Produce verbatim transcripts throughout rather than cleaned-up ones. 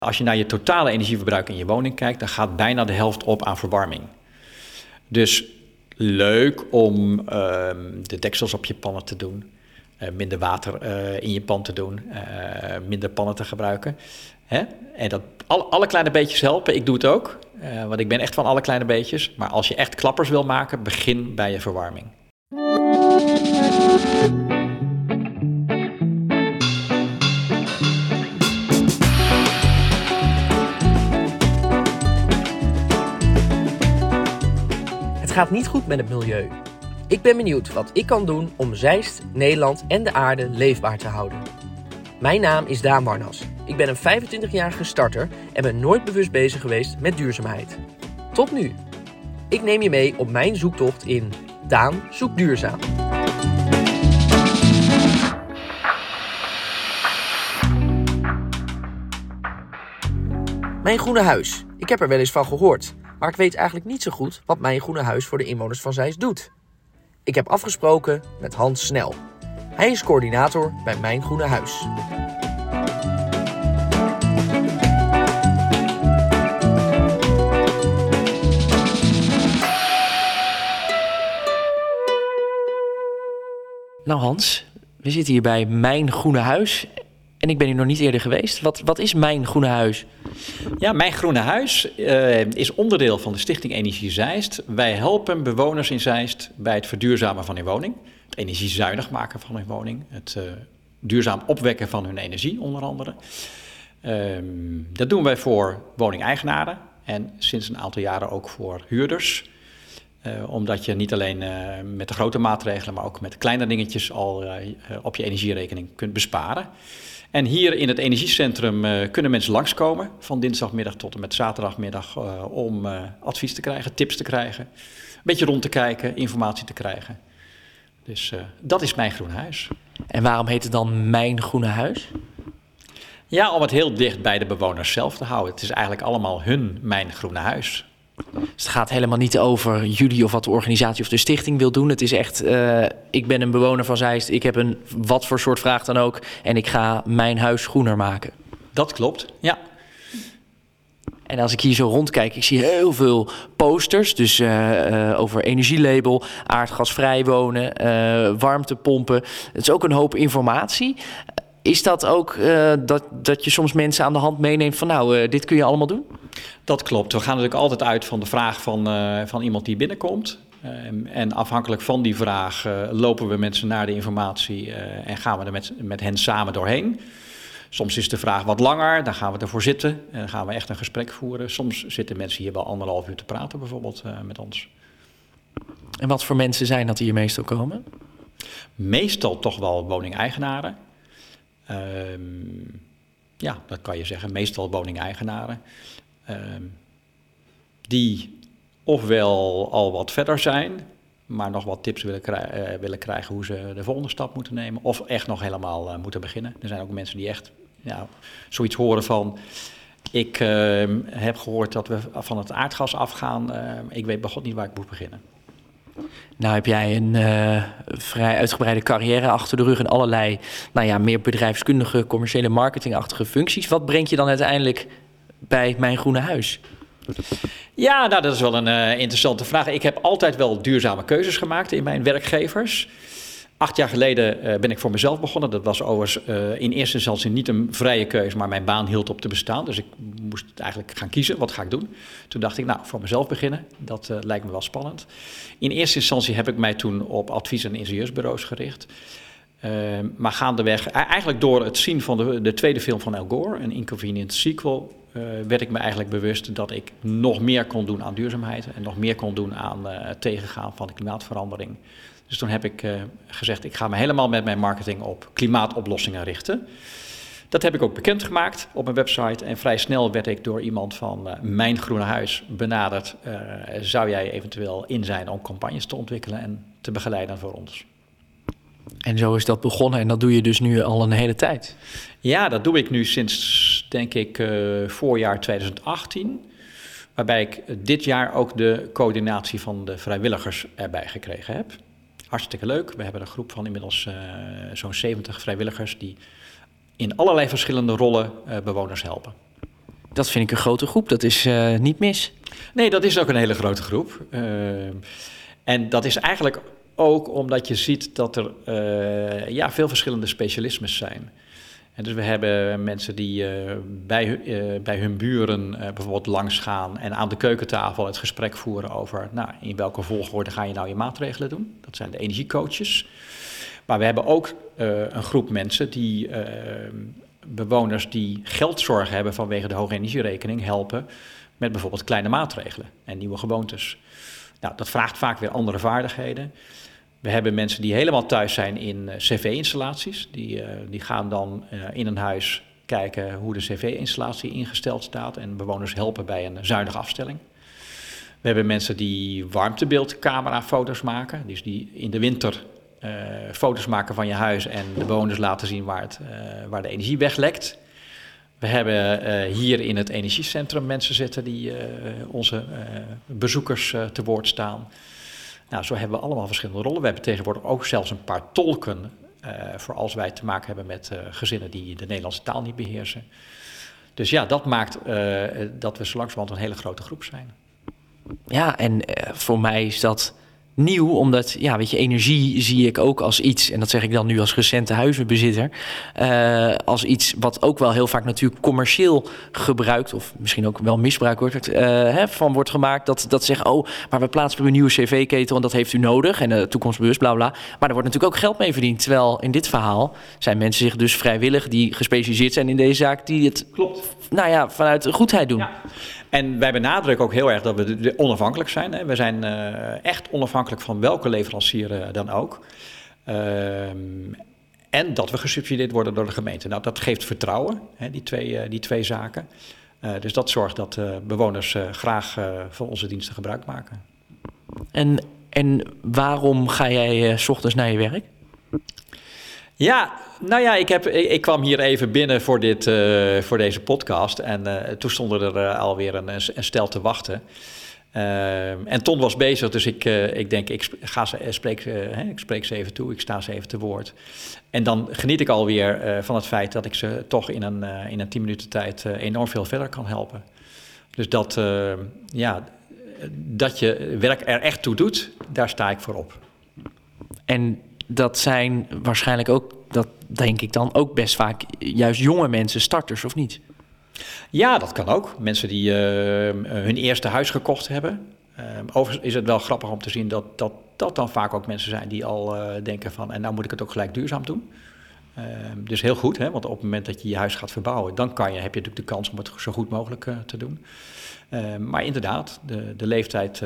Als je naar je totale energieverbruik in je woning kijkt, dan gaat bijna de helft op aan verwarming. Dus leuk om uh, de deksels op je pannen te doen, uh, minder water uh, in je pan te doen, uh, minder pannen te gebruiken. Hè? En dat alle, alle kleine beetjes helpen. Ik doe het ook, uh, want ik ben echt van alle kleine beetjes. Maar als je echt klappers wil maken, begin bij je verwarming. Het gaat niet goed met het milieu. Ik ben benieuwd wat ik kan doen om Zeist, Nederland en de aarde leefbaar te houden. Mijn naam is Daan Warnas. Ik ben een vijfentwintigjarige starter en ben nooit bewust bezig geweest met duurzaamheid. Tot nu. Ik neem je mee op mijn zoektocht in Daan zoekt duurzaam. Mijn groene huis. Ik heb er wel eens van gehoord. Maar ik weet eigenlijk niet zo goed wat Mijn Groene Huis voor de inwoners van Zeist doet. Ik heb afgesproken met Hans Snel. Hij is coördinator bij Mijn Groene Huis. Nou Hans, we zitten hier bij Mijn Groene Huis. En ik ben hier nog niet eerder geweest. Wat, wat is Mijn Groene Huis? Ja, Mijn Groene Huis uh, is onderdeel van de Stichting Energie Zeist. Wij helpen bewoners in Zeist bij het verduurzamen van hun woning. Het energiezuinig maken van hun woning. Het uh, duurzaam opwekken van hun energie, onder andere. Um, dat doen wij voor woningeigenaren en sinds een aantal jaren ook voor huurders. Uh, omdat je niet alleen uh, met de grote maatregelen, maar ook met kleine dingetjes al uh, op je energierekening kunt besparen. En hier in het energiecentrum uh, kunnen mensen langskomen van dinsdagmiddag tot en met zaterdagmiddag uh, om uh, advies te krijgen, tips te krijgen, een beetje rond te kijken, informatie te krijgen. Dus uh, dat is Mijn Groene Huis. En waarom heet het dan Mijn Groene Huis? Ja, om het heel dicht bij de bewoners zelf te houden. Het is eigenlijk allemaal hun Mijn Groene Huis. Dus het gaat helemaal niet over jullie of wat de organisatie of de stichting wil doen. Het is echt, uh, ik ben een bewoner van Zeist, ik heb een wat voor soort vraag dan ook en ik ga mijn huis groener maken. Dat klopt, ja. En als ik hier zo rondkijk, ik zie heel veel posters, dus uh, uh, over energielabel, aardgasvrij wonen, uh, warmtepompen. Het is ook een hoop informatie. Is dat ook uh, dat, dat je soms mensen aan de hand meeneemt van nou, uh, dit kun je allemaal doen? Dat klopt. We gaan natuurlijk altijd uit van de vraag van, uh, van iemand die binnenkomt. Uh, en afhankelijk van die vraag uh, lopen we mensen naar de informatie uh, en gaan we er met, met hen samen doorheen. Soms is de vraag wat langer, dan gaan we ervoor zitten en dan gaan we echt een gesprek voeren. Soms zitten mensen hier wel anderhalf uur te praten bijvoorbeeld uh, met ons. En wat voor mensen zijn dat die hier meestal komen? Meestal toch wel woningeigenaren. Uh, ja, dat kan je zeggen. Meestal woningeigenaren. Uh, die ofwel al wat verder zijn, maar nog wat tips willen, krij- uh, willen krijgen hoe ze de volgende stap moeten nemen. Of echt nog helemaal uh, moeten beginnen. Er zijn ook mensen die echt ja, zoiets horen van, ik uh, heb gehoord dat we van het aardgas afgaan. Uh, ik weet bij God niet waar ik moet beginnen. Nou heb jij een uh, vrij uitgebreide carrière achter de rug in allerlei, nou ja, meer bedrijfskundige, commerciële, marketingachtige functies. Wat brengt je dan uiteindelijk bij Mijn Groene Huis? Ja, nou, dat is wel een uh, interessante vraag. Ik heb altijd wel duurzame keuzes gemaakt in mijn werkgevers. Acht jaar geleden uh, ben ik voor mezelf begonnen. Dat was overigens uh, in eerste instantie niet een vrije keuze, maar mijn baan hield op te bestaan. Dus ik moest eigenlijk gaan kiezen, wat ga ik doen? Toen dacht ik, nou, voor mezelf beginnen, dat uh, lijkt me wel spannend. In eerste instantie heb ik mij toen op advies- en ingenieursbureaus gericht. Uh, maar gaandeweg, eigenlijk door het zien van de, de tweede film van Al Gore, een Inconvenient Sequel, uh, werd ik me eigenlijk bewust dat ik nog meer kon doen aan duurzaamheid en nog meer kon doen aan uh, het tegengaan van de klimaatverandering. Dus toen heb ik uh, gezegd, ik ga me helemaal met mijn marketing op klimaatoplossingen richten. Dat heb ik ook bekendgemaakt op mijn website. En vrij snel werd ik door iemand van uh, Mijn Groene Huis benaderd. Uh, zou jij eventueel in zijn om campagnes te ontwikkelen en te begeleiden voor ons? En zo is dat begonnen en dat doe je dus nu al een hele tijd. Ja, dat doe ik nu sinds, denk ik, uh, voorjaar twintig achttien. Waarbij ik dit jaar ook de coördinatie van de vrijwilligers erbij gekregen heb. Hartstikke leuk. We hebben een groep van inmiddels uh, zo'n zeventig vrijwilligers die in allerlei verschillende rollen uh, bewoners helpen. Dat vind ik een grote groep, dat is uh, niet mis. Nee, dat is ook een hele grote groep. Uh, en dat is eigenlijk ook omdat je ziet dat er uh, ja, veel verschillende specialismes zijn. En dus we hebben mensen die uh, bij, uh, bij hun buren uh, bijvoorbeeld langs gaan en aan de keukentafel het gesprek voeren over, nou, in welke volgorde ga je nou je maatregelen doen? Dat zijn de energiecoaches. Maar we hebben ook uh, een groep mensen die uh, bewoners die geldzorgen hebben vanwege de hoge energierekening helpen met bijvoorbeeld kleine maatregelen en nieuwe gewoontes. Nou, dat vraagt vaak weer andere vaardigheden. We hebben mensen die helemaal thuis zijn in uh, cv-installaties. Die, uh, die gaan dan uh, in een huis kijken hoe de cv-installatie ingesteld staat en bewoners helpen bij een zuinige afstelling. We hebben mensen die warmtebeeldcamera-foto's maken, dus die in de winter uh, foto's maken van je huis en de bewoners laten zien waar, het, uh, waar de energie weglekt. We hebben uh, hier in het energiecentrum mensen zitten die uh, onze uh, bezoekers uh, te woord staan. Nou, zo hebben we allemaal verschillende rollen. We hebben tegenwoordig ook zelfs een paar tolken uh, voor als wij te maken hebben met uh, gezinnen die de Nederlandse taal niet beheersen. Dus ja, dat maakt uh, dat we zo langzamerhand een hele grote groep zijn. Ja, en uh, voor mij is dat nieuw, omdat, ja, weet je, energie zie ik ook als iets, en dat zeg ik dan nu als recente huizenbezitter, uh, als iets wat ook wel heel vaak natuurlijk commercieel gebruikt, of misschien ook wel misbruik wordt, uh, hè, van wordt gemaakt, dat, dat zeggen, oh, maar we plaatsen een nieuwe cv-ketel en dat heeft u nodig, en uh, toekomstbewust, bla bla. Maar er wordt natuurlijk ook geld mee verdiend, terwijl in dit verhaal zijn mensen zich dus vrijwillig, die gespecialiseerd zijn in deze zaak, die het, klopt, nou ja, vanuit goedheid doen. Ja. En wij benadrukken ook heel erg dat we onafhankelijk zijn. Hè. We zijn uh, echt onafhankelijk van welke leverancier uh, dan ook. Uh, en dat we gesubsidieerd worden door de gemeente. Nou, dat geeft vertrouwen, hè, die, twee, uh, die twee zaken. Uh, dus dat zorgt dat uh, bewoners uh, graag uh, van onze diensten gebruik maken. En, en waarom ga jij uh, 's ochtends naar je werk? Ja, nou ja, ik, heb, ik, ik kwam hier even binnen voor, dit, uh, voor deze podcast. En uh, toen stonden er uh, alweer een, een stel te wachten. Uh, en Ton was bezig, dus ik, uh, ik denk, ik, ga ze, spreek, uh, hè, ik spreek ze even toe. Ik sta ze even te woord. En dan geniet ik alweer uh, van het feit dat ik ze toch in een, uh, in een tien minuten tijd uh, enorm veel verder kan helpen. Dus dat, uh, ja, dat je werk er echt toe doet, daar sta ik voor op. En dat zijn waarschijnlijk ook, dat denk ik dan ook best vaak juist jonge mensen, starters of niet? Ja, dat kan ook. Mensen die uh, hun eerste huis gekocht hebben. Uh, overigens is het wel grappig om te zien dat dat, dat dan vaak ook mensen zijn die al uh, denken van, en nou moet ik het ook gelijk duurzaam doen. Uh, dus heel goed, hè, want op het moment dat je je huis gaat verbouwen, dan kan je, heb je natuurlijk de kans om het zo goed mogelijk uh, te doen. Uh, maar inderdaad, de, de leeftijd uh,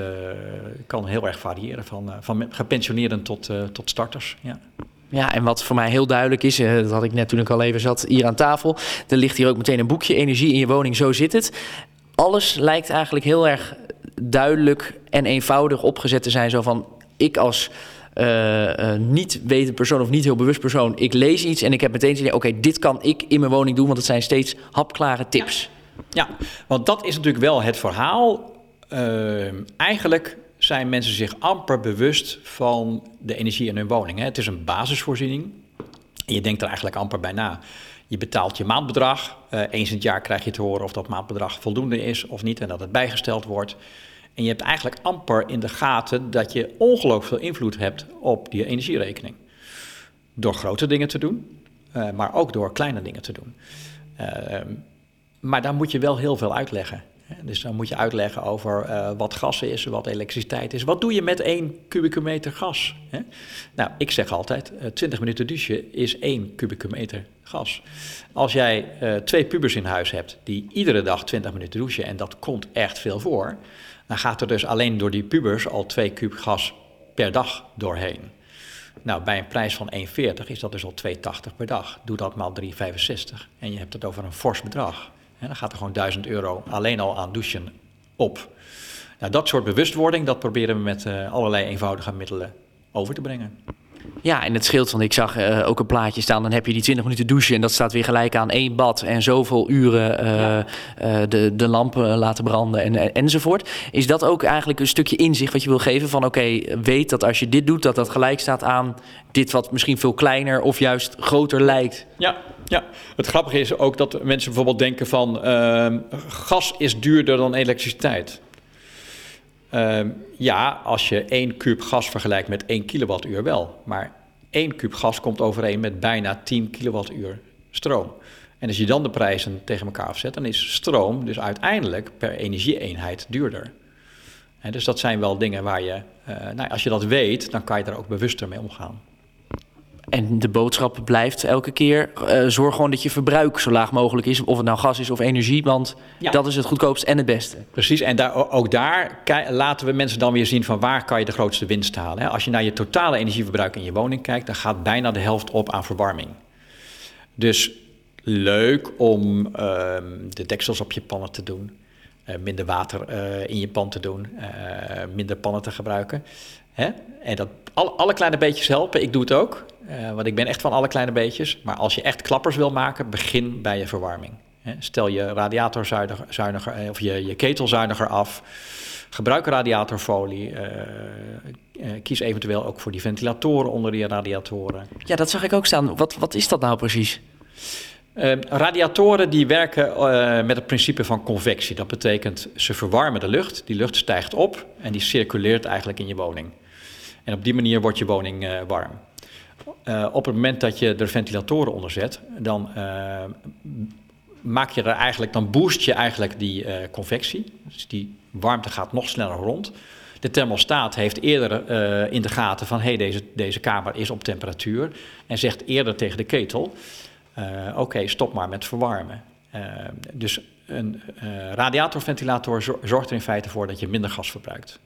kan heel erg variëren, van, uh, van gepensioneerden tot, uh, tot starters. Ja. Ja, en wat voor mij heel duidelijk is, uh, dat had ik net toen ik al even zat hier aan tafel, er ligt hier ook meteen een boekje, Energie in je woning, zo zit het. Alles lijkt eigenlijk heel erg duidelijk en eenvoudig opgezet te zijn, zo van, ik als Uh, uh, niet wetend persoon of niet heel bewust persoon, ik lees iets en ik heb meteen het idee, oké, okay, dit kan ik in mijn woning doen, want het zijn steeds hapklare tips. Ja, ja, want dat is natuurlijk wel het verhaal. Uh, eigenlijk zijn mensen zich amper bewust van de energie in hun woning. Hè. Het is een basisvoorziening en je denkt er eigenlijk amper bij na. Je betaalt je maandbedrag. Uh, eens in het jaar krijg je te horen of dat maandbedrag voldoende is of niet en dat het bijgesteld wordt. En je hebt eigenlijk amper in de gaten dat je ongelooflijk veel invloed hebt op die energierekening. Door grote dingen te doen, uh, maar ook door kleine dingen te doen. Uh, maar daar moet je wel heel veel uitleggen. Dus dan moet je uitleggen over uh, wat gas is, wat elektriciteit is. Wat doe je met één kubieke meter gas? Hè? Nou, ik zeg altijd, uh, twintig minuten douchen is één kubieke meter gas. Als jij uh, twee pubers in huis hebt die iedere dag twintig minuten douchen, en dat komt echt veel voor, dan gaat er dus alleen door die pubers al twee kub gas per dag doorheen. Nou, bij een prijs van één veertig is dat dus al twee tachtig per dag. Doe dat maal drie vijfenzestig en je hebt het over een fors bedrag. En dan gaat er gewoon duizend euro alleen al aan douchen op. Nou, dat soort bewustwording, dat proberen we met uh, allerlei eenvoudige middelen over te brengen. Ja, en het scheelt, want ik zag uh, ook een plaatje staan. Dan heb je die twintig minuten douchen en dat staat weer gelijk aan één bad. En zoveel uren uh, ja. uh, de, de lampen laten branden en, en, enzovoort. Is dat ook eigenlijk een stukje inzicht wat je wil geven? Van oké, okay, weet dat als je dit doet, dat dat gelijk staat aan dit wat misschien veel kleiner of juist groter lijkt. Ja, ja. Het grappige is ook dat mensen bijvoorbeeld denken van uh, gas is duurder dan elektriciteit. Uh, ja, als je één kuub gas vergelijkt met één kilowattuur wel. Maar één kuub gas komt overeen met bijna tien kilowattuur stroom. En als je dan de prijzen tegen elkaar afzet, dan is stroom dus uiteindelijk per energieeenheid duurder. En dus dat zijn wel dingen waar je, uh, nou, als je dat weet, dan kan je daar ook bewuster mee omgaan. En de boodschap blijft elke keer, uh, zorg gewoon dat je verbruik zo laag mogelijk is. Of het nou gas is of energie, want ja. dat is het goedkoopst en het beste. Precies, en daar, ook daar k- laten we mensen dan weer zien van waar kan je de grootste winst halen. Hè? Als je naar je totale energieverbruik in je woning kijkt, dan gaat bijna de helft op aan verwarming. Dus leuk om uh, de deksels op je pannen te doen. Uh, minder water uh, in je pan te doen. Uh, minder pannen te gebruiken. Hè? En dat alle, alle kleine beetjes helpen. Ik doe het ook. Uh, want ik ben echt van alle kleine beetjes. Maar als je echt klappers wil maken, begin bij je verwarming. Hè? Stel je radiator zuiniger, zuiniger of je, je ketel zuiniger af. Gebruik radiatorfolie. Uh, uh, kies eventueel ook voor die ventilatoren onder je radiatoren. Ja, dat zag ik ook staan. Wat, wat is dat nou precies? Uh, radiatoren die werken uh, met het principe van convectie. Dat betekent ze verwarmen de lucht. Die lucht stijgt op en die circuleert eigenlijk in je woning. En op die manier wordt je woning uh, warm. Uh, op het moment dat je er ventilatoren onder zet, dan uh, maak je er eigenlijk, dan boost je eigenlijk die uh, convectie. Dus die warmte gaat nog sneller rond. De thermostaat heeft eerder uh, in de gaten van hey, deze, deze kamer is op temperatuur. En zegt eerder tegen de ketel, uh, oké, okay, stop maar met verwarmen. Uh, dus een uh, radiatorventilator zorgt er in feite voor dat je minder gas verbruikt.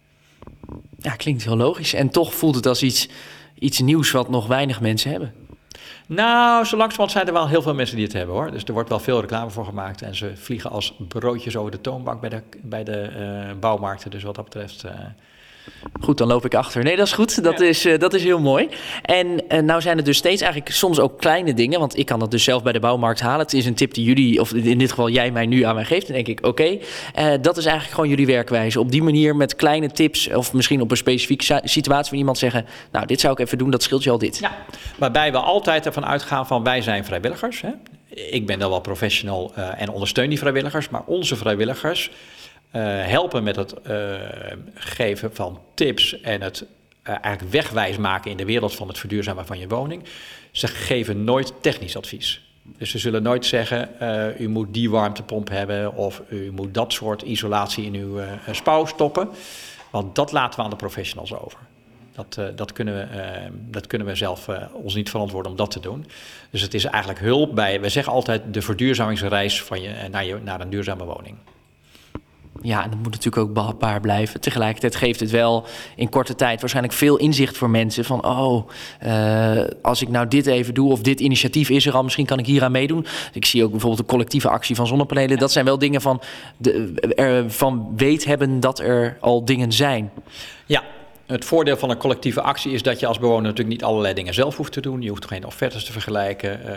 Ja, klinkt heel logisch. En toch voelt het als iets, iets nieuws wat nog weinig mensen hebben. Nou, zo langzamerhand zijn er wel heel veel mensen die het hebben, hoor. Dus er wordt wel veel reclame voor gemaakt. En ze vliegen als broodjes over de toonbank bij de, bij de uh, bouwmarkten. Dus wat dat betreft... Uh... Goed, dan loop ik achter. Nee, dat is goed. Dat, ja. is, uh, dat is heel mooi. En uh, nou zijn het dus steeds eigenlijk soms ook kleine dingen. Want ik kan dat dus zelf bij de bouwmarkt halen. Het is een tip die jullie, of in dit geval jij mij nu aan mij geeft. Dan denk ik, oké, okay, uh, dat is eigenlijk gewoon jullie werkwijze. Op die manier met kleine tips of misschien op een specifieke situatie van iemand zeggen... nou, dit zou ik even doen, dat scheelt je al dit. Ja, waarbij we altijd ervan uitgaan van wij zijn vrijwilligers. Hè? Ik ben dan wel professional uh, en ondersteun die vrijwilligers. Maar onze vrijwilligers... Uh, helpen met het uh, geven van tips en het uh, eigenlijk wegwijs maken in de wereld van het verduurzamen van je woning. Ze geven nooit technisch advies. Dus ze zullen nooit zeggen, uh, u moet die warmtepomp hebben of u moet dat soort isolatie in uw uh, spouw stoppen. Want dat laten we aan de professionals over. Dat, uh, dat, kunnen, we, uh, dat kunnen we zelf uh, ons niet verantwoorden om dat te doen. Dus het is eigenlijk hulp bij, we zeggen altijd de verduurzamingsreis van je, naar, je, naar een duurzame woning. Ja, en dat moet natuurlijk ook behapbaar blijven. Tegelijkertijd geeft het wel in korte tijd waarschijnlijk veel inzicht voor mensen. Van, oh, uh, als ik nou dit even doe of dit initiatief is er al, misschien kan ik hier aan meedoen. Ik zie ook bijvoorbeeld de collectieve actie van zonnepanelen. Dat zijn wel dingen van, de, er, van weet hebben dat er al dingen zijn. Ja. Het voordeel van een collectieve actie is dat je als bewoner natuurlijk niet allerlei dingen zelf hoeft te doen. Je hoeft geen offertes te vergelijken. Uh,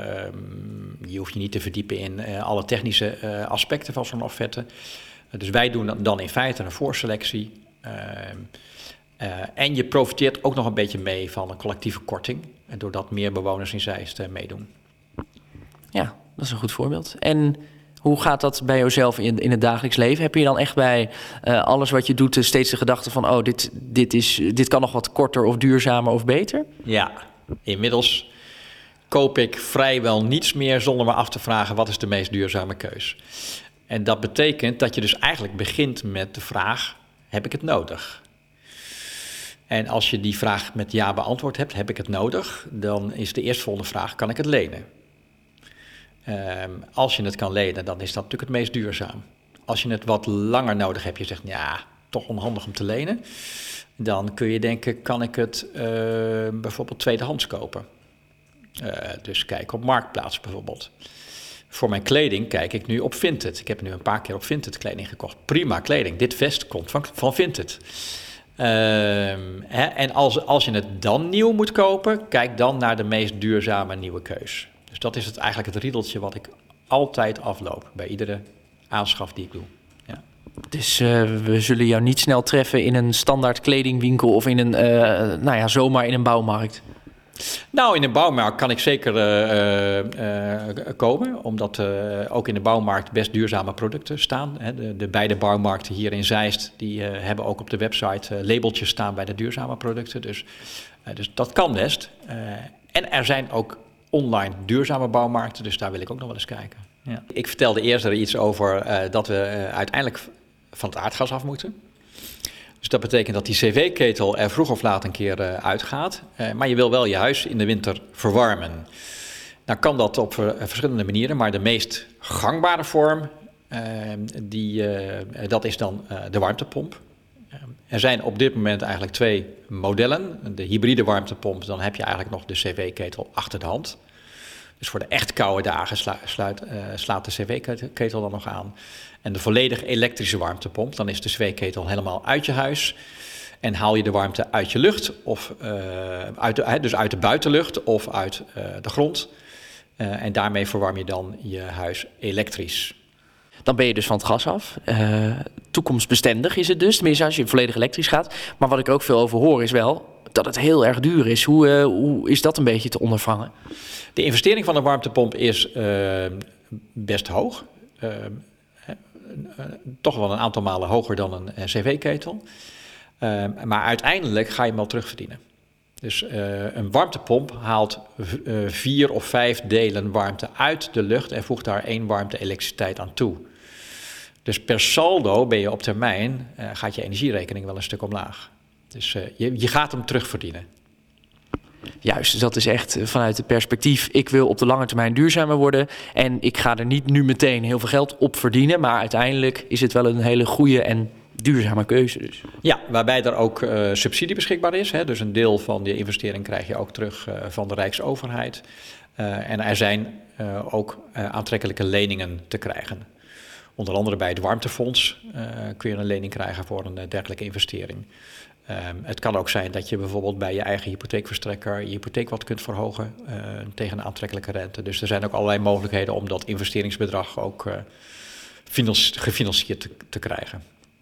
je hoeft je niet te verdiepen in uh, alle technische uh, aspecten van zo'n offerte. Dus wij doen dan in feite een voorselectie. Uh, uh, en je profiteert ook nog een beetje mee van een collectieve korting. Doordat meer bewoners in Zeist uh, meedoen. Ja, dat is een goed voorbeeld. En hoe gaat dat bij jezelf in, in het dagelijks leven? Heb je dan echt bij uh, alles wat je doet steeds de gedachte van... oh, dit, dit, is, dit kan nog wat korter of duurzamer of beter? Ja, inmiddels koop ik vrijwel niets meer zonder me af te vragen... wat is de meest duurzame keus? En dat betekent dat je dus eigenlijk begint met de vraag, heb ik het nodig? En als je die vraag met ja beantwoord hebt, heb ik het nodig? Dan is de eerstvolgende vraag, kan ik het lenen? Um, als je het kan lenen, dan is dat natuurlijk het meest duurzaam. Als je het wat langer nodig hebt, je zegt, ja, toch onhandig om te lenen. Dan kun je denken, kan ik het uh, bijvoorbeeld tweedehands kopen? Uh, dus kijk op Marktplaats bijvoorbeeld. Voor mijn kleding kijk ik nu op Vinted. Ik heb nu een paar keer op Vinted kleding gekocht. Prima kleding. Dit vest komt van, van Vinted. hè, en als, als je het dan nieuw moet kopen, kijk dan naar de meest duurzame nieuwe keus. Dus dat is het, eigenlijk het riedeltje wat ik altijd afloop bij iedere aanschaf die ik doe. Ja. Dus uh, we zullen jou niet snel treffen in een standaard kledingwinkel of in een, uh, nou ja, zomaar in een bouwmarkt. Nou, in de bouwmarkt kan ik zeker uh, uh, komen, omdat uh, ook in de bouwmarkt best duurzame producten staan. Hè. De, de beide bouwmarkten hier in Zeist, die uh, hebben ook op de website uh, labeltjes staan bij de duurzame producten. Dus, uh, dus dat kan best. Uh, en er zijn ook online duurzame bouwmarkten, dus daar wil ik ook nog wel eens kijken. Ja. Ik vertelde eerder iets over uh, dat we uh, uiteindelijk van het aardgas af moeten. Dus dat betekent dat die cv-ketel er vroeg of laat een keer uh, uitgaat. Uh, maar je wil wel je huis in de winter verwarmen. Nou kan dat op uh, verschillende manieren, maar de meest gangbare vorm, uh, die, uh, dat is dan uh, de warmtepomp. Uh, er zijn op dit moment eigenlijk twee modellen. De hybride warmtepomp, dan heb je eigenlijk nog de cv-ketel achter de hand. Dus voor de echt koude dagen slu- sluit, uh, slaat de cv-ketel dan nog aan. En de volledig elektrische warmtepomp, dan is de cv-ketel helemaal uit je huis. En haal je de warmte uit je lucht, of, uh, uit de, dus uit de buitenlucht of uit uh, de grond. Uh, en daarmee verwarm je dan je huis elektrisch. Dan ben je dus van het gas af. Uh, toekomstbestendig is het dus, tenminste als je volledig elektrisch gaat. Maar wat ik er ook veel over hoor is wel dat het heel erg duur is. Hoe, uh, hoe is dat een beetje te ondervangen? De investering van een warmtepomp is uh, best hoog. Uh, Uh, toch wel een aantal malen hoger dan een uh, cv-ketel. Uh, maar uiteindelijk ga je hem wel terugverdienen. Dus uh, een warmtepomp haalt v- uh, vier of vijf delen warmte uit de lucht en voegt daar één warmte-elektriciteit aan toe. Dus per saldo ben je op termijn, uh, gaat je energierekening wel een stuk omlaag. Dus uh, je, je gaat hem terugverdienen. Juist, dus dat is echt vanuit het perspectief, ik wil op de lange termijn duurzamer worden en ik ga er niet nu meteen heel veel geld op verdienen, maar uiteindelijk is het wel een hele goede en duurzame keuze dus. Ja, waarbij er ook uh, subsidie beschikbaar is. Hè? Dus een deel van die investering krijg je ook terug uh, van de Rijksoverheid. Uh, en er zijn uh, ook uh, aantrekkelijke leningen te krijgen. Onder andere bij het Warmtefonds uh, kun je een lening krijgen voor een uh, dergelijke investering. Um, het kan ook zijn dat je bijvoorbeeld bij je eigen hypotheekverstrekker je hypotheek wat kunt verhogen uh, tegen een aantrekkelijke rente. Dus er zijn ook allerlei mogelijkheden om dat investeringsbedrag ook uh, financi- gefinancierd te, te krijgen.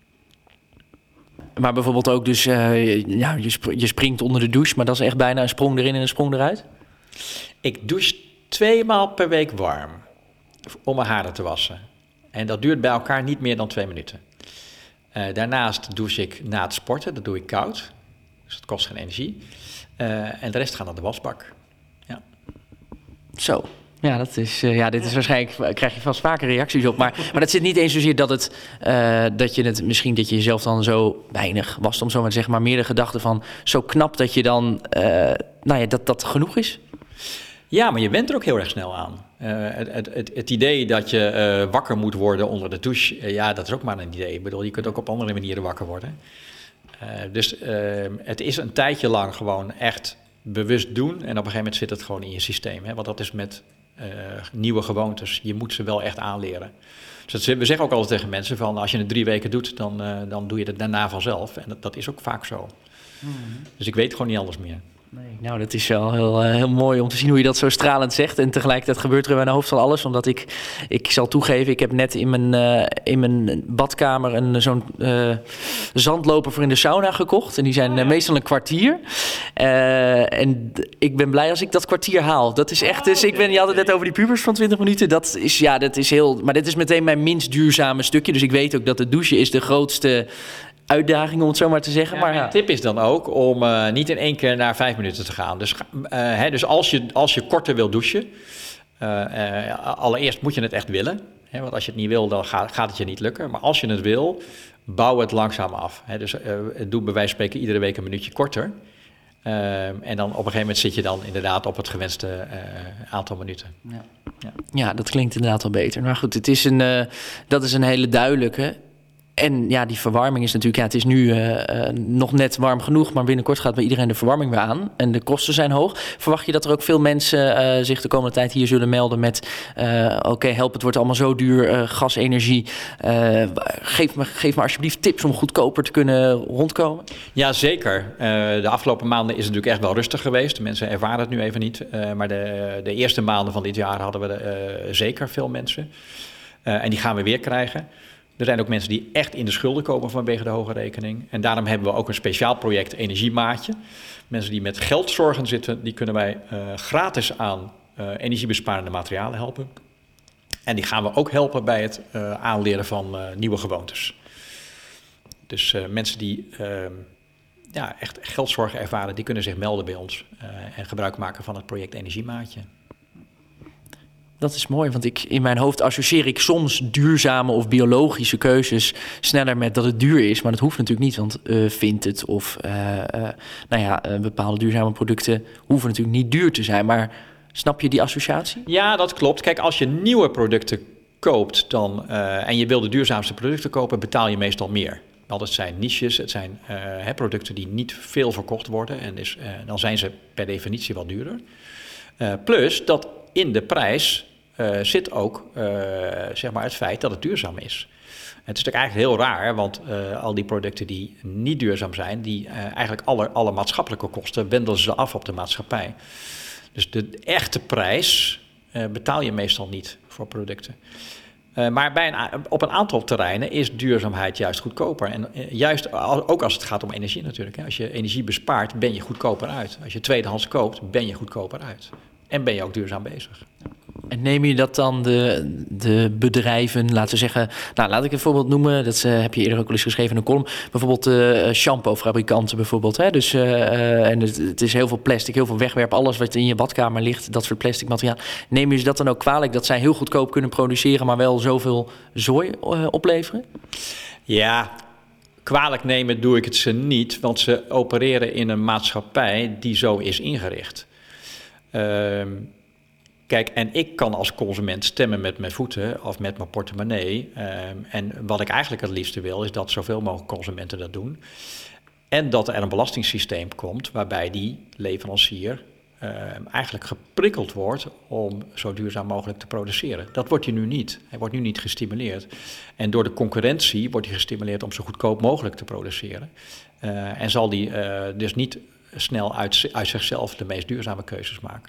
Maar bijvoorbeeld ook dus, uh, ja, je, sp- je springt onder de douche, maar dat is echt bijna een sprong erin en een sprong eruit? Ik douche twee maal per week warm om mijn haren te wassen. En dat duurt bij elkaar niet meer dan twee minuten. Uh, daarnaast douche ik na het sporten, dat doe ik koud. Dus dat kost geen energie. Uh, en de rest gaat naar de wasbak. Ja. Zo. Ja, dat is, uh, ja, dit is waarschijnlijk, krijg je vast vaker reacties op. Maar, maar dat zit niet eens zozeer dat, het, uh, dat je het, misschien dat je jezelf dan zo weinig wast, om zo maar te zeggen, maar meer de gedachte van zo knap dat je dan, uh, nou ja, dat dat genoeg is. Ja, maar je bent er ook heel erg snel aan. Uh, het, het, het, het idee dat je uh, wakker moet worden onder de douche, uh, ja, dat is ook maar een idee. Ik bedoel, je kunt ook op andere manieren wakker worden. Uh, dus uh, het is een tijdje lang gewoon echt bewust doen. En op een gegeven moment zit het gewoon in je systeem. Hè? Want dat is met uh, nieuwe gewoontes. Je moet ze wel echt aanleren. Dus dat, we zeggen ook altijd tegen mensen van, als je het drie weken doet, dan, uh, dan doe je het daarna vanzelf. En dat, dat is ook vaak zo. Mm-hmm. Dus ik weet gewoon niet anders meer. Nee, nou, dat is wel heel, uh, heel mooi om te zien hoe je dat zo stralend zegt. En tegelijkertijd gebeurt er in mijn hoofd van alles. Omdat ik, ik zal toegeven, ik heb net in mijn, uh, in mijn badkamer een, zo'n uh, zandloper voor in de sauna gekocht. En die zijn uh, meestal een kwartier. Uh, en d- ik ben blij als ik dat kwartier haal. Dat is echt, dus ik ben, je had het net over die pubers van twintig minuten. Dat is, ja, dat is heel, maar dit is meteen mijn minst duurzame stukje. Dus ik weet ook dat het douchen is de grootste uitdaging, om het zo maar te zeggen. Ja, maar mijn ja. tip is dan ook om uh, niet in één keer naar vijf minuten te gaan. Dus, uh, hè, dus als, je, als je korter wil douchen, uh, uh, allereerst moet je het echt willen. Hè, want als je het niet wil, dan gaat, gaat het je niet lukken. Maar als je het wil, bouw het langzaam af. Hè, dus uh, doe bij wijze van spreken iedere week een minuutje korter. Uh, en dan op een gegeven moment zit je dan inderdaad op het gewenste uh, aantal minuten. Ja. Ja. ja, dat klinkt inderdaad wel beter. Maar goed, het is een, uh, dat is een hele duidelijke. En ja, die verwarming is natuurlijk... Ja, het is nu uh, uh, nog net warm genoeg... maar binnenkort gaat bij iedereen de verwarming weer aan. En de kosten zijn hoog. Verwacht je dat er ook veel mensen uh, zich de komende tijd hier zullen melden met... Uh, Oké, okay, help, het wordt allemaal zo duur, uh, gas, energie. Uh, geef, me, geef me alsjeblieft tips om goedkoper te kunnen rondkomen. Ja, zeker. Uh, de afgelopen maanden is het natuurlijk echt wel rustig geweest. De mensen ervaren het nu even niet. Uh, maar de, de eerste maanden van dit jaar hadden we de, uh, zeker veel mensen. Uh, en die gaan we weer krijgen. Er zijn ook mensen die echt in de schulden komen vanwege de hoge rekening. En daarom hebben we ook een speciaal project Energiemaatje. Mensen die met geldzorgen zitten, die kunnen wij uh, gratis aan uh, energiebesparende materialen helpen. En die gaan we ook helpen bij het uh, aanleren van uh, nieuwe gewoontes. Dus uh, mensen die uh, ja, echt geldzorgen ervaren, die kunnen zich melden bij ons uh, en gebruik maken van het project Energiemaatje. Dat is mooi, want ik, in mijn hoofd associeer ik soms duurzame of biologische keuzes sneller met dat het duur is. Maar dat hoeft natuurlijk niet, want uh, vindt het of uh, uh, nou ja, uh, bepaalde duurzame producten hoeven natuurlijk niet duur te zijn. Maar snap je die associatie? Ja, dat klopt. Kijk, als je nieuwe producten koopt dan, uh, en je wil de duurzaamste producten kopen, betaal je meestal meer. Want het zijn niches, het zijn uh, hè, producten die niet veel verkocht worden. En dus, uh, dan zijn ze per definitie wat duurder. Uh, plus dat in de prijs uh, zit ook uh, zeg maar het feit dat het duurzaam is. Het is natuurlijk eigenlijk heel raar, want uh, al die producten die niet duurzaam zijn, die uh, eigenlijk alle, alle maatschappelijke kosten wendelen ze af op de maatschappij. Dus de echte prijs uh, betaal je meestal niet voor producten. Uh, maar bij een, op een aantal terreinen is duurzaamheid juist goedkoper. En uh, juist ook als het gaat om energie natuurlijk. Hè. Als je energie bespaart, ben je goedkoper uit. Als je tweedehands koopt, ben je goedkoper uit. En ben je ook duurzaam bezig. En neem je dat dan de, de bedrijven, laten we zeggen... Nou, laat ik een voorbeeld noemen. Dat uh, heb je eerder ook al eens geschreven in een column. Bijvoorbeeld uh, shampoo-fabrikanten bijvoorbeeld. Hè? Dus, uh, en het, het is heel veel plastic, heel veel wegwerp. Alles wat in je badkamer ligt, dat soort plastic materiaal. Neem je ze dat dan ook kwalijk dat zij heel goedkoop kunnen produceren... maar wel zoveel zooi uh, opleveren? Ja, kwalijk nemen doe ik het ze niet. Want ze opereren in een maatschappij die zo is ingericht. Uh, Kijk, en ik kan als consument stemmen met mijn voeten of met mijn portemonnee. Uh, en wat ik eigenlijk het liefste wil, is dat zoveel mogelijk consumenten dat doen. En dat er een belastingssysteem komt waarbij die leverancier uh, eigenlijk geprikkeld wordt om zo duurzaam mogelijk te produceren. Dat wordt hij nu niet. Hij wordt nu niet gestimuleerd. En door de concurrentie wordt hij gestimuleerd om zo goedkoop mogelijk te produceren. Uh, en zal die uh, dus niet snel uit, uit zichzelf de meest duurzame keuzes maken.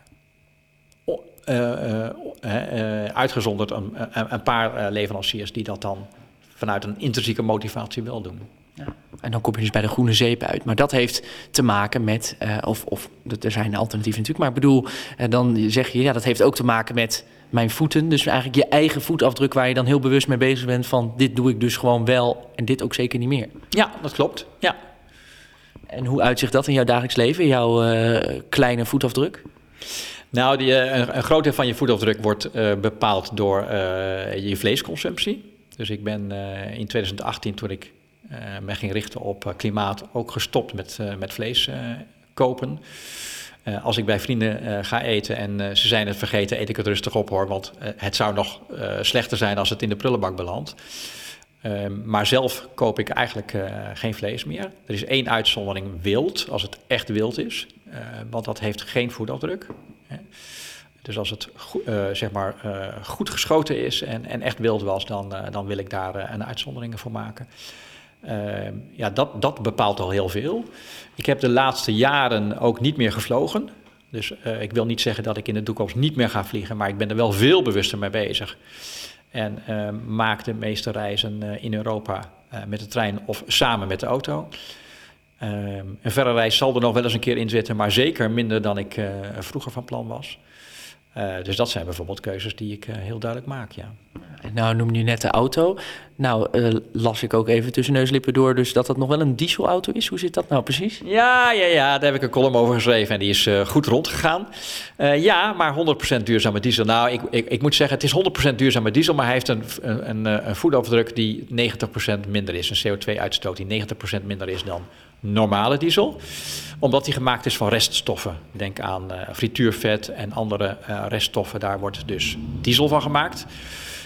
Uh, uh, uh, uitgezonderd een, een, een paar uh, leveranciers die dat dan vanuit een intrinsieke motivatie wel doen. Ja. En dan kom je dus bij de groene zeep uit. Maar dat heeft te maken met, uh, of, of er zijn alternatieven natuurlijk, maar ik bedoel, uh, dan zeg je, ja, dat heeft ook te maken met mijn voeten. Dus eigenlijk je eigen voetafdruk waar je dan heel bewust mee bezig bent van dit doe ik dus gewoon wel en dit ook zeker niet meer. Ja, dat klopt. Ja. En hoe uitzicht dat in jouw dagelijks leven, jouw uh, kleine voetafdruk? Nou, die, een, een groot deel van je voetafdruk wordt uh, bepaald door uh, je vleesconsumptie. Dus ik ben uh, in twintig achttien, toen ik uh, me ging richten op uh, klimaat, ook gestopt met, uh, met vlees uh, kopen. Uh, als ik bij vrienden uh, ga eten en uh, ze zijn het vergeten, eet ik het rustig op hoor. Want uh, het zou nog uh, slechter zijn als het in de prullenbak belandt. Uh, maar zelf koop ik eigenlijk uh, geen vlees meer. Er is één uitzondering, wild, als het echt wild is. Uh, want dat heeft geen voetafdruk. Hè. Dus als het go- uh, zeg maar, uh, goed geschoten is en, en echt wild was, dan, uh, dan wil ik daar uh, een uitzondering voor maken. Uh, ja, dat, dat bepaalt al heel veel. Ik heb de laatste jaren ook niet meer gevlogen. Dus uh, ik wil niet zeggen dat ik in de toekomst niet meer ga vliegen, maar ik ben er wel veel bewuster mee bezig. En uh, maak de meeste reizen uh, in Europa uh, met de trein of samen met de auto. Uh, een verre reis zal er nog wel eens een keer in zitten, maar zeker minder dan ik uh, vroeger van plan was. Uh, dus dat zijn bijvoorbeeld keuzes die ik uh, heel duidelijk maak, ja. Nou, noem je net de auto. Nou, uh, las ik ook even tussen neuslippen door, dus dat dat nog wel een dieselauto is. Hoe zit dat nou precies? Ja, ja, ja, daar heb ik een column over geschreven en die is uh, goed rondgegaan. Uh, ja, maar honderd procent duurzame diesel. Nou, ik, ik, ik moet zeggen, het is honderd procent duurzame diesel, maar hij heeft een, een, een, een voetafdruk die negentig procent minder is. Een C O twee uitstoot die negentig procent minder is dan normale diesel. Omdat die gemaakt is van reststoffen. Denk aan uh, frituurvet en andere uh, reststoffen. Daar wordt dus diesel van gemaakt.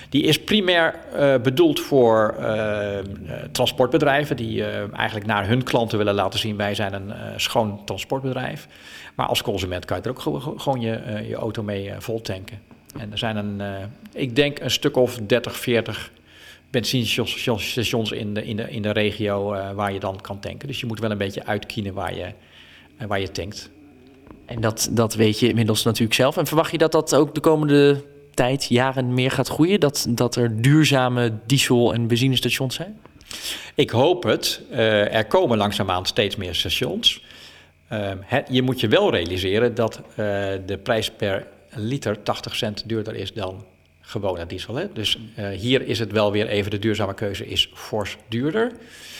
Die is primair uh, bedoeld voor uh, uh, transportbedrijven die uh, eigenlijk naar hun klanten willen laten zien: wij zijn een uh, schoon transportbedrijf. Maar als consument kan je er ook ge- gewoon je, uh, je auto mee uh, vol tanken. En er zijn een, uh, ik denk een stuk of dertig, veertig benzinestations in de, in de, in de regio uh, waar je dan kan tanken. Dus je moet wel een beetje uitkiezen waar je, uh, waar je tankt. En dat, dat weet je inmiddels natuurlijk zelf. En verwacht je dat dat ook de komende tijd, jaren meer gaat groeien? Dat, dat er duurzame diesel- en benzinestations zijn? Ik hoop het. Uh, er komen langzaamaan steeds meer stations. Uh, het, je moet je wel realiseren dat uh, de prijs per liter tachtig cent duurder is dan gewone diesel. Hè? Dus uh, hier is het wel weer even, de duurzame keuze is fors duurder.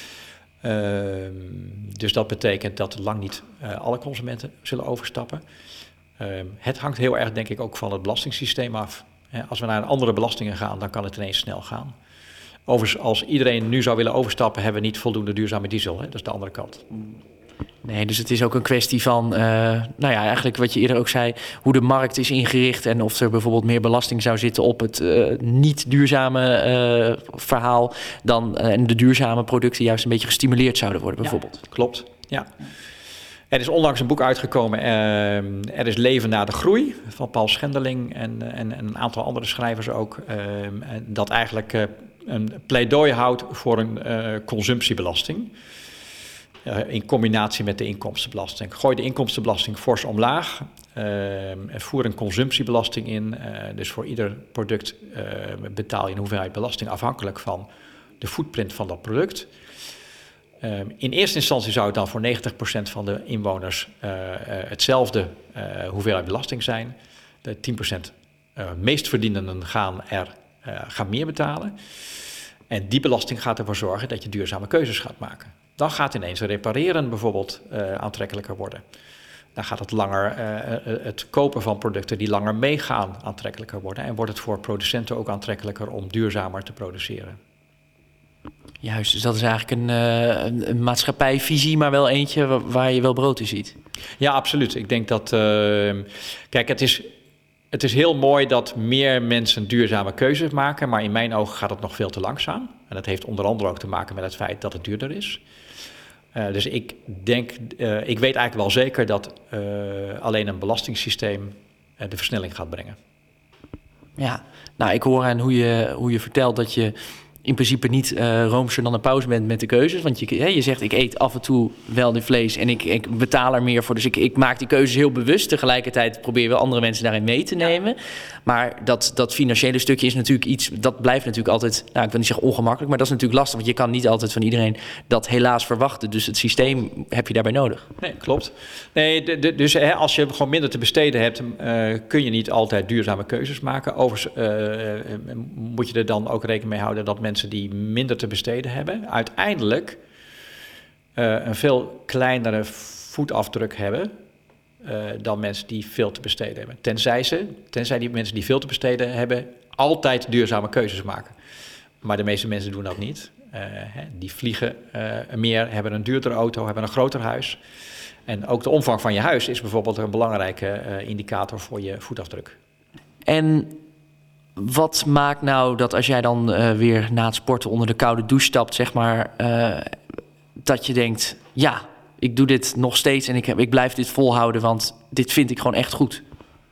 Uh, dus dat betekent dat lang niet uh, alle consumenten zullen overstappen. Uh, het hangt heel erg, denk ik, ook van het belastingssysteem af. Hè? Als we naar andere belastingen gaan, dan kan het ineens snel gaan. Overigens, als iedereen nu zou willen overstappen, hebben we niet voldoende duurzame diesel. Hè? Dat is de andere kant. Nee, dus het is ook een kwestie van, uh, nou ja, eigenlijk wat je eerder ook zei, hoe de markt is ingericht en of er bijvoorbeeld meer belasting zou zitten op het uh, niet duurzame uh, verhaal dan uh, en de duurzame producten juist een beetje gestimuleerd zouden worden, bijvoorbeeld. Ja, klopt, ja. Er is onlangs een boek uitgekomen, uh, Er is leven na de groei, van Paul Schendeling en, en, en een aantal andere schrijvers ook, uh, dat eigenlijk uh, een pleidooi houdt voor een uh, consumptiebelasting. Uh, in combinatie met de inkomstenbelasting. Gooi de inkomstenbelasting fors omlaag. Uh, en voer een consumptiebelasting in. Uh, dus voor ieder product uh, betaal je een hoeveelheid belasting afhankelijk van de footprint van dat product. Uh, in eerste instantie zou het dan voor negentig procent van de inwoners uh, uh, hetzelfde uh, hoeveelheid belasting zijn. De tien procent uh, meest verdienenden gaan er uh, gaan meer betalen. En die belasting gaat ervoor zorgen dat je duurzame keuzes gaat maken. Dan gaat ineens repareren bijvoorbeeld uh, aantrekkelijker worden. Dan gaat het langer, uh, uh, het kopen van producten die langer meegaan aantrekkelijker worden. En wordt het voor producenten ook aantrekkelijker om duurzamer te produceren. Juist, dus dat is eigenlijk een, uh, een, een maatschappijvisie, maar wel eentje waar, waar je wel brood in ziet. Ja, absoluut. Ik denk dat, uh, kijk, het is, het is heel mooi dat meer mensen duurzame keuzes maken. Maar in mijn ogen gaat het nog veel te langzaam. En dat heeft onder andere ook te maken met het feit dat het duurder is. Uh, dus ik denk, uh, ik weet eigenlijk wel zeker dat uh, alleen een belastingssysteem uh, de versnelling gaat brengen. Ja, nou ik hoor aan hoe je, hoe je vertelt dat je in principe niet uh, roomser dan een pauze bent met de keuzes. Want je, hè, je zegt, ik eet af en toe wel dit vlees en ik, ik betaal er meer voor. Dus ik, ik maak die keuzes heel bewust. Tegelijkertijd proberen we andere mensen daarin mee te nemen. Ja. Maar dat, dat financiële stukje is natuurlijk iets, dat blijft natuurlijk altijd, nou ik wil niet zeggen ongemakkelijk, maar dat is natuurlijk lastig. Want je kan niet altijd van iedereen dat helaas verwachten. Dus het systeem heb je daarbij nodig. Nee, klopt. Nee, de, de, dus hè, als je gewoon minder te besteden hebt, uh, kun je niet altijd duurzame keuzes maken. Overigens uh, uh, moet je er dan ook rekening mee houden dat mensen die minder te besteden hebben, uiteindelijk uh, een veel kleinere voetafdruk hebben uh, dan mensen die veel te besteden hebben. Tenzij ze, tenzij die mensen die veel te besteden hebben, altijd duurzame keuzes maken. Maar de meeste mensen doen dat niet. Uh, hè, die vliegen uh, meer, hebben een duurdere auto, hebben een groter huis. En ook de omvang van je huis is bijvoorbeeld een belangrijke uh, indicator voor je voetafdruk. En wat maakt nou dat als jij dan uh, weer na het sporten onder de koude douche stapt, zeg maar, uh, dat je denkt, ja, ik doe dit nog steeds en ik, heb, ik blijf dit volhouden, want dit vind ik gewoon echt goed?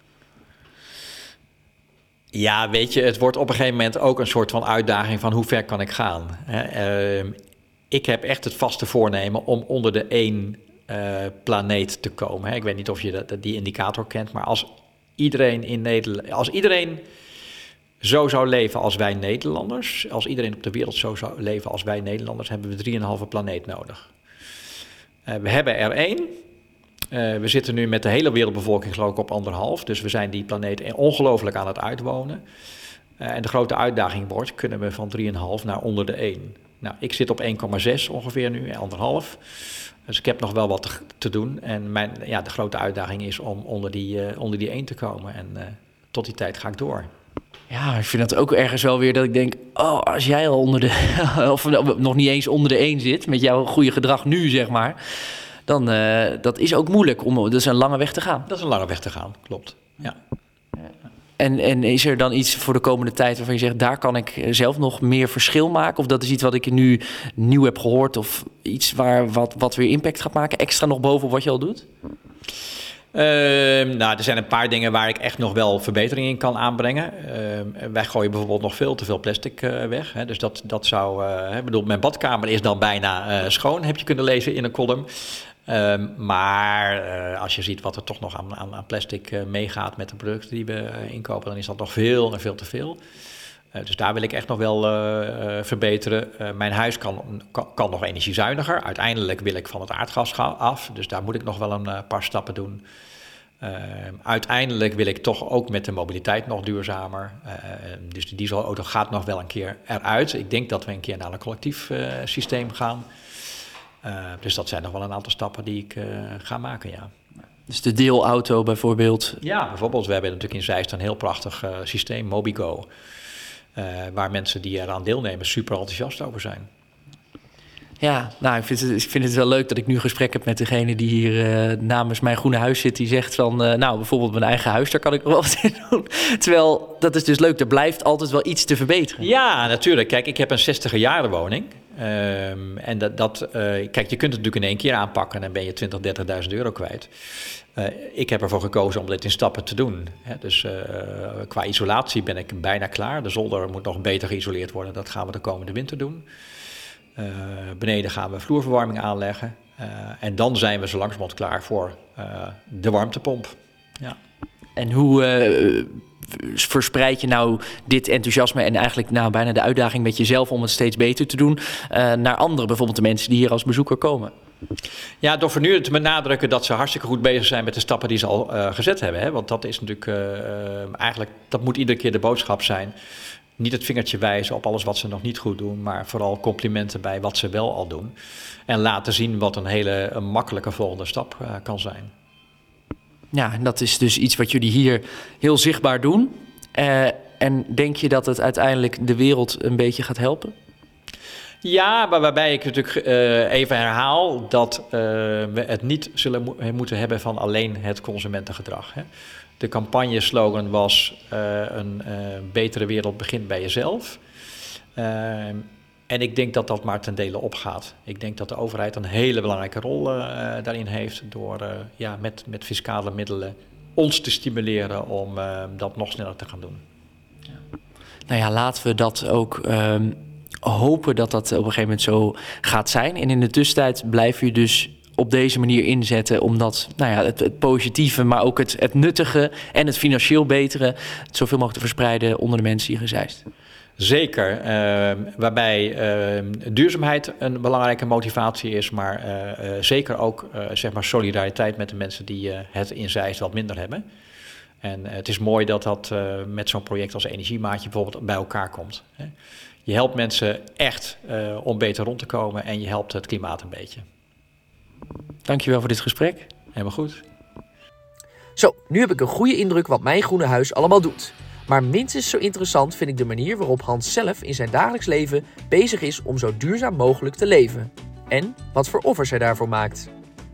Ja, weet je, het wordt op een gegeven moment ook een soort van uitdaging van hoe ver kan ik gaan. Uh, ik heb echt het vaste voornemen om onder de één uh, planeet te komen. Hè. Ik weet niet of je dat, die indicator kent, maar als iedereen in Nederland, als iedereen zo zou leven als wij Nederlanders, als iedereen op de wereld zo zou leven als wij Nederlanders, hebben we drieënhalve planeet nodig. Uh, we hebben er één. Uh, we zitten nu met de hele wereldbevolking geloof ik op anderhalf. Dus we zijn die planeet ongelooflijk aan het uitwonen. Uh, en de grote uitdaging wordt, kunnen we van drieënhalf naar onder de één. Nou, ik zit op één komma zes ongeveer nu, anderhalf. Dus ik heb nog wel wat te, te doen. En mijn, ja, de grote uitdaging is om onder die, uh, onder die één te komen. En uh, tot die tijd ga ik door. Ja, ik vind dat ook ergens wel weer dat ik denk, oh, als jij al onder de, of nog niet eens onder de één zit, met jouw goede gedrag nu, zeg maar, dan uh, dat is ook moeilijk om, dat is een lange weg te gaan. Dat is een lange weg te gaan, klopt. Ja. En, en is er dan iets voor de komende tijd waarvan je zegt, daar kan ik zelf nog meer verschil maken? Of dat is iets wat ik nu nieuw heb gehoord of iets waar wat, wat weer impact gaat maken, extra nog bovenop wat je al doet? Uh, nou, er zijn een paar dingen waar ik echt nog wel verbetering in kan aanbrengen. Uh, wij gooien bijvoorbeeld nog veel te veel plastic uh, weg. Hè, dus dat, dat zou... Uh, ik bedoel, mijn badkamer is dan bijna uh, schoon, heb je kunnen lezen in een column. Uh, maar uh, als je ziet wat er toch nog aan, aan, aan plastic uh, meegaat met de producten die we uh, inkopen, dan is dat nog veel en veel te veel. Uh, dus daar wil ik echt nog wel uh, uh, verbeteren. Uh, mijn huis kan, kan, kan nog energiezuiniger. Uiteindelijk wil ik van het aardgas af. Dus daar moet ik nog wel een uh, paar stappen doen. Uh, uiteindelijk wil ik toch ook met de mobiliteit nog duurzamer. Uh, dus de dieselauto gaat nog wel een keer eruit. Ik denk dat we een keer naar een collectief uh, systeem gaan. Uh, dus dat zijn nog wel een aantal stappen die ik uh, ga maken, ja. Dus de deelauto bijvoorbeeld? Ja, bijvoorbeeld. We hebben natuurlijk in Zeist een heel prachtig uh, systeem, Mobigo. Uh, waar mensen die eraan deelnemen super enthousiast over zijn. Ja, nou, ik vind, het, ik vind het wel leuk dat ik nu gesprek heb met degene die hier uh, namens mijn groene huis zit. Die zegt van, uh, nou, bijvoorbeeld mijn eigen huis, daar kan ik nog wel wat in doen. Terwijl, dat is dus leuk, er blijft altijd wel iets te verbeteren. Ja, natuurlijk. Kijk, ik heb een zestiger jaren woning. Um, en dat, dat uh, kijk, je kunt het natuurlijk in één keer aanpakken en dan ben je twintig, dertigduizend euro kwijt. Uh, ik heb ervoor gekozen om dit in stappen te doen. Hè. Dus uh, qua isolatie ben ik bijna klaar. De zolder moet nog beter geïsoleerd worden. Dat gaan we de komende winter doen. Uh, beneden gaan we vloerverwarming aanleggen. Uh, en dan zijn we zo langzamerhand klaar voor uh, de warmtepomp. Ja. En hoe uh, verspreid je nou dit enthousiasme en eigenlijk nou, bijna de uitdaging met jezelf om het steeds beter te doen uh, naar anderen, bijvoorbeeld de mensen die hier als bezoeker komen? Ja, door voortdurend te benadrukken dat ze hartstikke goed bezig zijn met de stappen die ze al uh, gezet hebben. Hè? Want dat is natuurlijk uh, eigenlijk, dat moet iedere keer de boodschap zijn. Niet het vingertje wijzen op alles wat ze nog niet goed doen, maar vooral complimenten bij wat ze wel al doen. En laten zien wat een hele een makkelijke volgende stap uh, kan zijn. Ja, en dat is dus iets wat jullie hier heel zichtbaar doen. Uh, en denk je dat het uiteindelijk de wereld een beetje gaat helpen? Ja, maar waarbij ik natuurlijk uh, even herhaal dat uh, we het niet zullen mo- moeten hebben van alleen het consumentengedrag. Hè. De campagneslogan was uh, een uh, betere wereld begint bij jezelf. Uh, en ik denk dat dat maar ten dele opgaat. Ik denk dat de overheid een hele belangrijke rol uh, daarin heeft door uh, ja, met, met fiscale middelen ons te stimuleren om uh, dat nog sneller te gaan doen. Ja. Nou ja, laten we dat ook um, hopen dat dat op een gegeven moment zo gaat zijn. En in de tussentijd blijf je dus op deze manier inzetten, omdat nou ja, het, het positieve, maar ook het, het nuttige en het financieel betere, het zoveel mogelijk te verspreiden onder de mensen hier in Zeist. Zeker, uh, waarbij uh, duurzaamheid een belangrijke motivatie is, maar uh, uh, zeker ook uh, zeg maar solidariteit met de mensen die uh, het in Zeist wat minder hebben. En uh, het is mooi dat dat uh, met zo'n project als Energiemaatje bijvoorbeeld bij elkaar komt. Hè. Je helpt mensen echt uh, om beter rond te komen en je helpt het klimaat een beetje. Dankjewel voor dit gesprek. Helemaal goed. Zo, nu heb ik een goede indruk wat mijn groene huis allemaal doet. Maar minstens zo interessant vind ik de manier waarop Hans zelf in zijn dagelijks leven bezig is om zo duurzaam mogelijk te leven. En wat voor offers hij daarvoor maakt.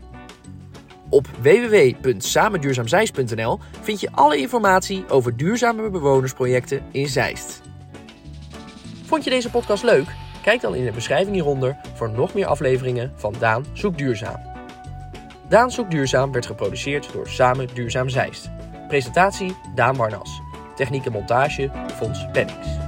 Op w w w punt samen duurzaam zeist punt n l vind je alle informatie over duurzame bewonersprojecten in Zeist. Vond je deze podcast leuk? Kijk dan in de beschrijving hieronder voor nog meer afleveringen van Daan Zoekt Duurzaam. Daan Zoekt Duurzaam werd geproduceerd door Samen Duurzaam Zeist. Presentatie Daan Warnas. Techniek en montage Fons Pennings.